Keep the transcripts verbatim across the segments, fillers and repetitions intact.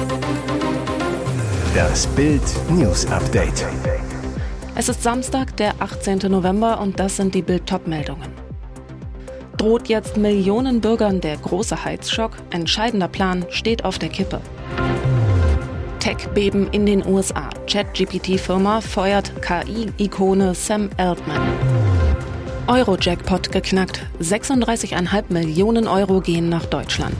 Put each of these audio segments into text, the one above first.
Das Bild News Update. Es ist Samstag, der achtzehnten November und das sind die Bild-Top-Meldungen. Droht jetzt Millionen Bürgern der große Heizschock? Entscheidender Plan steht auf der Kippe. Tech-Beben in den U S A. ChatGPT-Firma feuert K I-Ikone Sam Altman. Euro-Jackpot geknackt. sechsunddreißig Komma fünf Millionen Euro gehen nach Deutschland.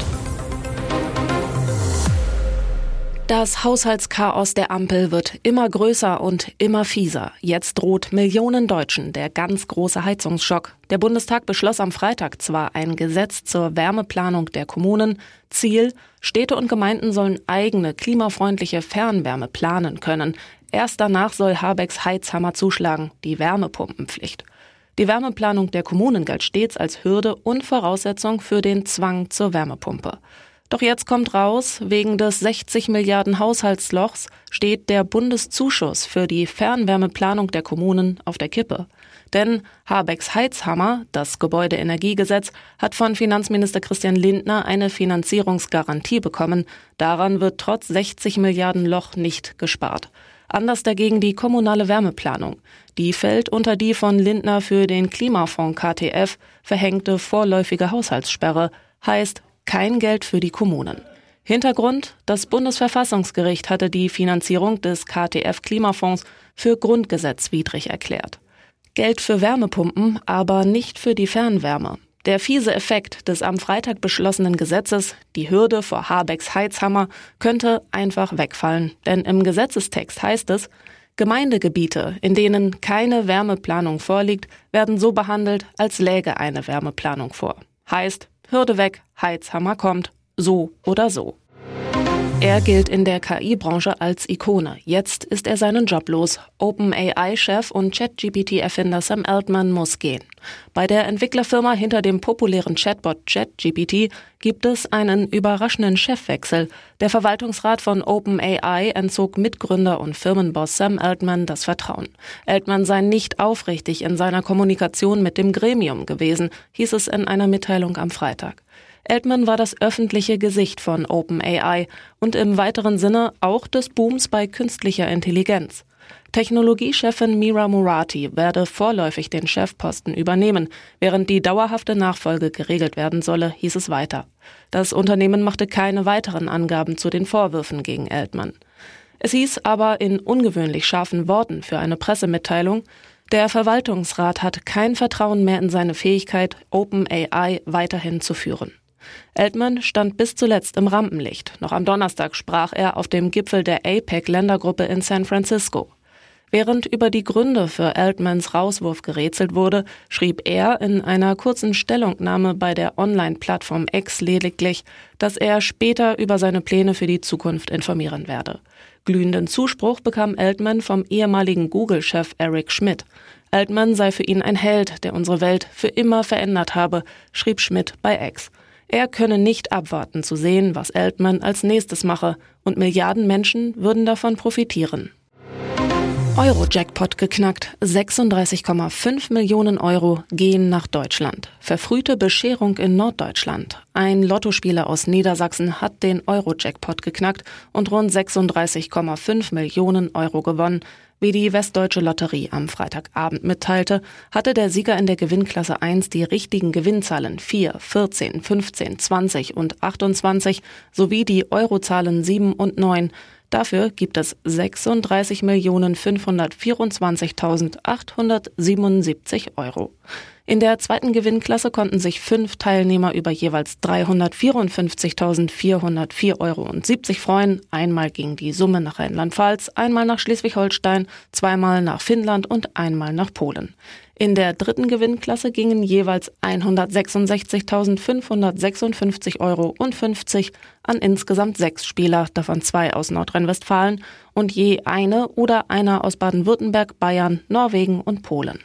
Das Haushaltschaos der Ampel wird immer größer und immer fieser. Jetzt droht Millionen Deutschen der ganz große Heizungsschock. Der Bundestag beschloss am Freitag zwar ein Gesetz zur Wärmeplanung der Kommunen. Ziel: Städte und Gemeinden sollen eigene klimafreundliche Fernwärme planen können. Erst danach soll Habecks Heizhammer zuschlagen, die Wärmepumpenpflicht. Die Wärmeplanung der Kommunen galt stets als Hürde und Voraussetzung für den Zwang zur Wärmepumpe. Doch jetzt kommt raus, wegen des sechzig Milliarden Haushaltslochs steht der Bundeszuschuss für die Fernwärmeplanung der Kommunen auf der Kippe. Denn Habecks Heizhammer, das Gebäudeenergiegesetz, hat von Finanzminister Christian Lindner eine Finanzierungsgarantie bekommen. Daran wird trotz sechzig Milliarden Loch nicht gespart. Anders dagegen die kommunale Wärmeplanung. Die fällt unter die von Lindner für den Klimafonds K T F verhängte vorläufige Haushaltssperre. Heißt, kein Geld für die Kommunen. Hintergrund: Das Bundesverfassungsgericht hatte die Finanzierung des K T F-Klimafonds für grundgesetzwidrig erklärt. Geld für Wärmepumpen, aber nicht für die Fernwärme. Der fiese Effekt des am Freitag beschlossenen Gesetzes, die Hürde vor Habecks Heizhammer, könnte einfach wegfallen. Denn im Gesetzestext heißt es: Gemeindegebiete, in denen keine Wärmeplanung vorliegt, werden so behandelt, als läge eine Wärmeplanung vor. Heißt, Hürde weg, Heizhammer kommt, so oder so. Er gilt in der K I-Branche als Ikone. Jetzt ist er seinen Job los. OpenAI-Chef und ChatGPT-Erfinder Sam Altman muss gehen. Bei der Entwicklerfirma hinter dem populären Chatbot ChatGPT gibt es einen überraschenden Chefwechsel. Der Verwaltungsrat von OpenAI entzog Mitgründer und Firmenboss Sam Altman das Vertrauen. Altman sei nicht aufrichtig in seiner Kommunikation mit dem Gremium gewesen, hieß es in einer Mitteilung am Freitag. Altman war das öffentliche Gesicht von OpenAI und im weiteren Sinne auch des Booms bei künstlicher Intelligenz. Technologiechefin Mira Murati werde vorläufig den Chefposten übernehmen, während die dauerhafte Nachfolge geregelt werden solle, hieß es weiter. Das Unternehmen machte keine weiteren Angaben zu den Vorwürfen gegen Altman. Es hieß aber in ungewöhnlich scharfen Worten für eine Pressemitteilung: Der Verwaltungsrat hat kein Vertrauen mehr in seine Fähigkeit, OpenAI weiterhin zu führen. Altman stand bis zuletzt im Rampenlicht. Noch am Donnerstag sprach er auf dem Gipfel der APEC-Ländergruppe in San Francisco. Während über die Gründe für Altmans Rauswurf gerätselt wurde, schrieb er in einer kurzen Stellungnahme bei der Online-Plattform X lediglich, dass er später über seine Pläne für die Zukunft informieren werde. Glühenden Zuspruch bekam Altman vom ehemaligen Google-Chef Eric Schmidt. Altman sei für ihn ein Held, der unsere Welt für immer verändert habe, schrieb Schmidt bei X. Er könne nicht abwarten zu sehen, was Altman als nächstes mache, und Milliarden Menschen würden davon profitieren. Euro-Jackpot geknackt. sechsunddreißig Komma fünf Millionen Euro gehen nach Deutschland. Verfrühte Bescherung in Norddeutschland. Ein Lottospieler aus Niedersachsen hat den Euro-Jackpot geknackt und rund sechsunddreißig Komma fünf Millionen Euro gewonnen. Wie die Westdeutsche Lotterie am Freitagabend mitteilte, hatte der Sieger in der Gewinnklasse eins die richtigen Gewinnzahlen vier, vierzehn, fünfzehn, zwanzig und achtundzwanzig sowie die Eurozahlen sieben und neun. Dafür gibt es sechsunddreißig Millionen fünfhundertvierundzwanzigtausendachthundertsiebenundsiebzig Euro. In der zweiten Gewinnklasse konnten sich fünf Teilnehmer über jeweils dreihundertvierundfünfzigtausendvierhundertvier Euro und siebzig freuen. Einmal ging die Summe nach Rheinland-Pfalz, einmal nach Schleswig-Holstein, zweimal nach Finnland und einmal nach Polen. In der dritten Gewinnklasse gingen jeweils hundertsechsundsechzigtausendfünfhundertsechsundfünfzig Euro und fünfzig an insgesamt sechs Spieler, davon zwei aus Nordrhein-Westfalen und je eine oder einer aus Baden-Württemberg, Bayern, Norwegen und Polen.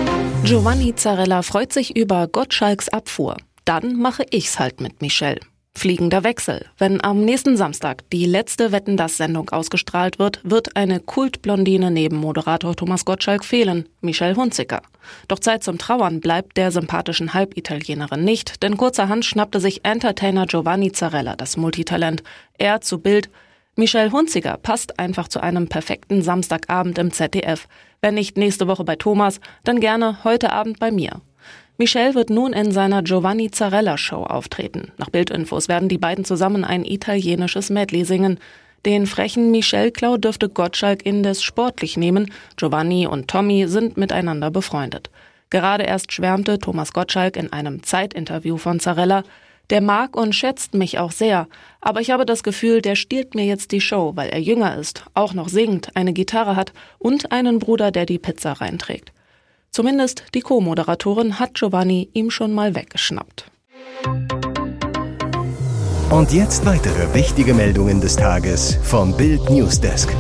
Giovanni Zarella freut sich über Gottschalks Abfuhr. Dann mache ich's halt mit Michelle. Fliegender Wechsel. Wenn am nächsten Samstag die letzte Wetten, dass Sendung ausgestrahlt wird, wird eine Kultblondine neben Moderator Thomas Gottschalk fehlen, Michelle Hunziker. Doch Zeit zum Trauern bleibt der sympathischen Halbitalienerin nicht, denn kurzerhand schnappte sich Entertainer Giovanni Zarella das Multitalent. Er zu Bild: Michelle Hunziker passt einfach zu einem perfekten Samstagabend im Z D F. Wenn nicht nächste Woche bei Thomas, dann gerne heute Abend bei mir. Michelle wird nun in seiner Giovanni Zarella Show auftreten. Nach Bildinfos werden die beiden zusammen ein italienisches Medley singen. Den frechen Michelle-Klau dürfte Gottschalk indes sportlich nehmen. Giovanni und Tommy sind miteinander befreundet. Gerade erst schwärmte Thomas Gottschalk in einem Zeit-Interview von Zarella: Der mag und schätzt mich auch sehr, aber ich habe das Gefühl, der stiehlt mir jetzt die Show, weil er jünger ist, auch noch singt, eine Gitarre hat und einen Bruder, der die Pizza reinträgt. Zumindest die Co-Moderatorin hat Giovanni ihm schon mal weggeschnappt. Und jetzt weitere wichtige Meldungen des Tages vom Bild Newsdesk.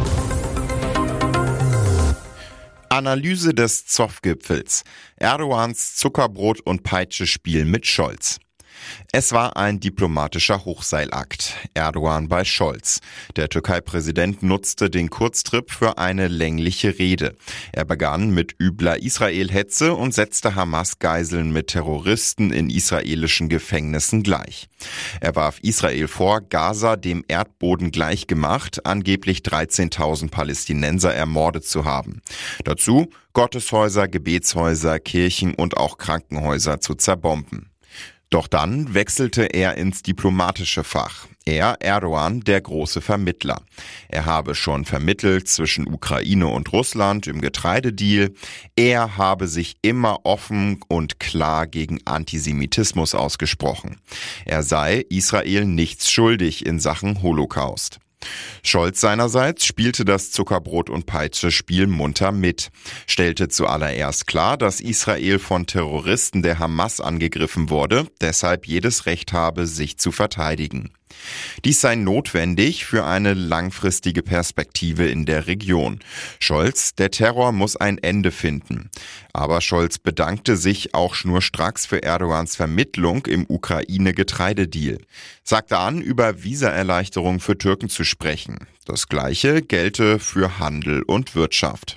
Analyse des Zoff-Gipfels. Erdogans Zuckerbrot- und Peitschespiel mit Scholz. Es war ein diplomatischer Hochseilakt. Erdogan bei Scholz. Der Türkei-Präsident nutzte den Kurztrip für eine längliche Rede. Er begann mit übler Israel-Hetze und setzte Hamas-Geiseln mit Terroristen in israelischen Gefängnissen gleich. Er warf Israel vor, Gaza dem Erdboden gleichgemacht, angeblich dreizehntausend Palästinenser ermordet zu haben. Dazu Gotteshäuser, Gebetshäuser, Kirchen und auch Krankenhäuser zu zerbomben. Doch dann wechselte er ins diplomatische Fach. Er, Erdogan, der große Vermittler. Er habe schon vermittelt zwischen Ukraine und Russland im Getreidedeal. Er habe sich immer offen und klar gegen Antisemitismus ausgesprochen. Er sei Israel nichts schuldig in Sachen Holocaust. Scholz seinerseits spielte das Zuckerbrot- und Peitsche-Spiel munter mit, stellte zuallererst klar, dass Israel von Terroristen der Hamas angegriffen wurde, deshalb jedes Recht habe, sich zu verteidigen. Dies sei notwendig für eine langfristige Perspektive in der Region. Scholz: Der Terror muss ein Ende finden. Aber Scholz bedankte sich auch schnurstracks für Erdogans Vermittlung im Ukraine-Getreidedeal. Sagte an, über Visaerleichterung für Türken zu sprechen. Das Gleiche gelte für Handel und Wirtschaft.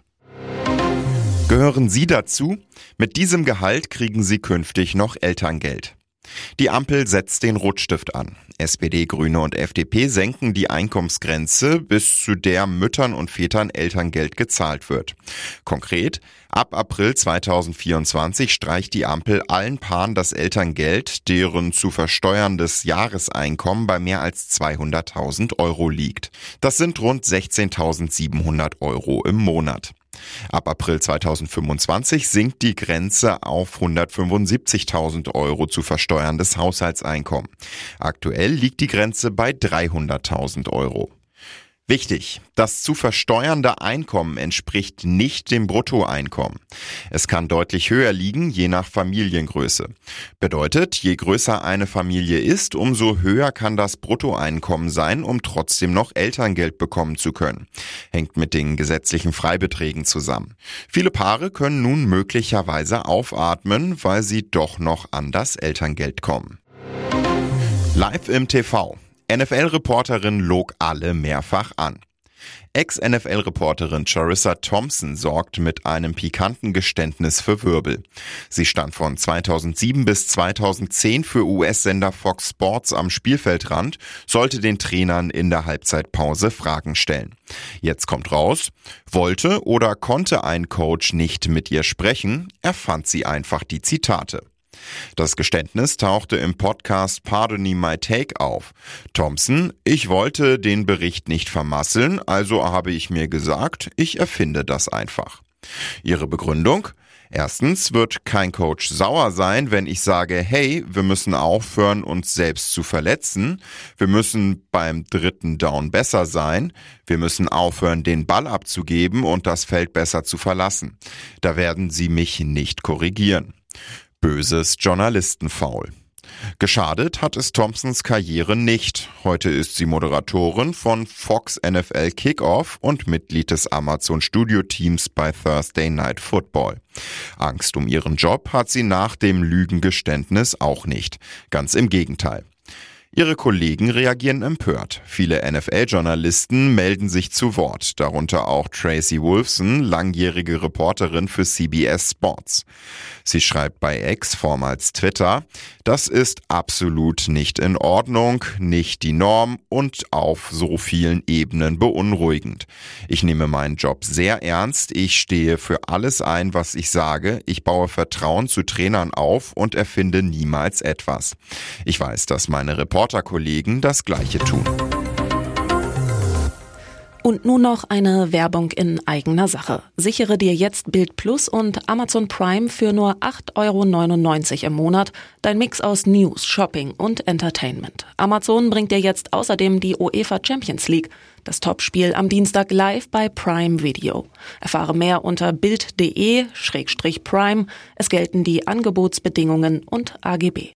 Gehören Sie dazu? Mit diesem Gehalt kriegen Sie künftig noch Elterngeld. Die Ampel setzt den Rotstift an. S P D, Grüne und F D P senken die Einkommensgrenze, bis zu der Müttern und Vätern Elterngeld gezahlt wird. Konkret: Ab April zweitausendvierundzwanzig streicht die Ampel allen Paaren das Elterngeld, deren zu versteuerndes Jahreseinkommen bei mehr als zweihunderttausend Euro liegt. Das sind rund sechzehntausendsiebenhundert Euro im Monat. Ab April zweitausendfünfundzwanzig sinkt die Grenze auf hundertfünfundsiebzigtausend Euro zu versteuerndes Haushaltseinkommen. Aktuell liegt die Grenze bei dreihunderttausend Euro. Wichtig: Das zu versteuernde Einkommen entspricht nicht dem Bruttoeinkommen. Es kann deutlich höher liegen, je nach Familiengröße. Bedeutet, je größer eine Familie ist, umso höher kann das Bruttoeinkommen sein, um trotzdem noch Elterngeld bekommen zu können. Hängt mit den gesetzlichen Freibeträgen zusammen. Viele Paare können nun möglicherweise aufatmen, weil sie doch noch an das Elterngeld kommen. Live im T V. N F L-Reporterin log alle mehrfach an. Ex-N F L-Reporterin Charissa Thompson sorgt mit einem pikanten Geständnis für Wirbel. Sie stand von zweitausendsieben bis zweitausendzehn für U S-Sender Fox Sports am Spielfeldrand, sollte den Trainern in der Halbzeitpause Fragen stellen. Jetzt kommt raus: Wollte oder konnte ein Coach nicht mit ihr sprechen, erfand sie einfach die Zitate. Das Geständnis tauchte im Podcast Pardon Me My Take auf. Thompson: Ich wollte den Bericht nicht vermasseln, also habe ich mir gesagt, ich erfinde das einfach. Ihre Begründung: Erstens wird kein Coach sauer sein, wenn ich sage, hey, wir müssen aufhören, uns selbst zu verletzen. Wir müssen beim dritten Down besser sein. Wir müssen aufhören, den Ball abzugeben und das Feld besser zu verlassen. Da werden sie mich nicht korrigieren. Böses Journalistenfaul. Geschadet hat es Thompsons Karriere nicht. Heute ist sie Moderatorin von Fox N F L Kickoff und Mitglied des Amazon Studio Teams bei Thursday Night Football. Angst um ihren Job hat sie nach dem Lügengeständnis auch nicht. Ganz im Gegenteil. Ihre Kollegen reagieren empört. Viele N F L-Journalisten melden sich zu Wort, darunter auch Tracy Wolfson, langjährige Reporterin für C B S Sports. Sie schreibt bei X, vormals Twitter: Das ist absolut nicht in Ordnung, nicht die Norm und auf so vielen Ebenen beunruhigend. Ich nehme meinen Job sehr ernst, ich stehe für alles ein, was ich sage, ich baue Vertrauen zu Trainern auf und erfinde niemals etwas. Ich weiß, dass meine Reporterkollegen das Gleiche tun. Und nun noch eine Werbung in eigener Sache. Sichere dir jetzt Bild Plus und Amazon Prime für nur acht Euro neunundneunzig im Monat. Dein Mix aus News, Shopping und Entertainment. Amazon bringt dir jetzt außerdem die UEFA Champions League. Das Topspiel am Dienstag live bei Prime Video. Erfahre mehr unter bild punkt de Schrägstrich Prime. Es gelten die Angebotsbedingungen und A G B.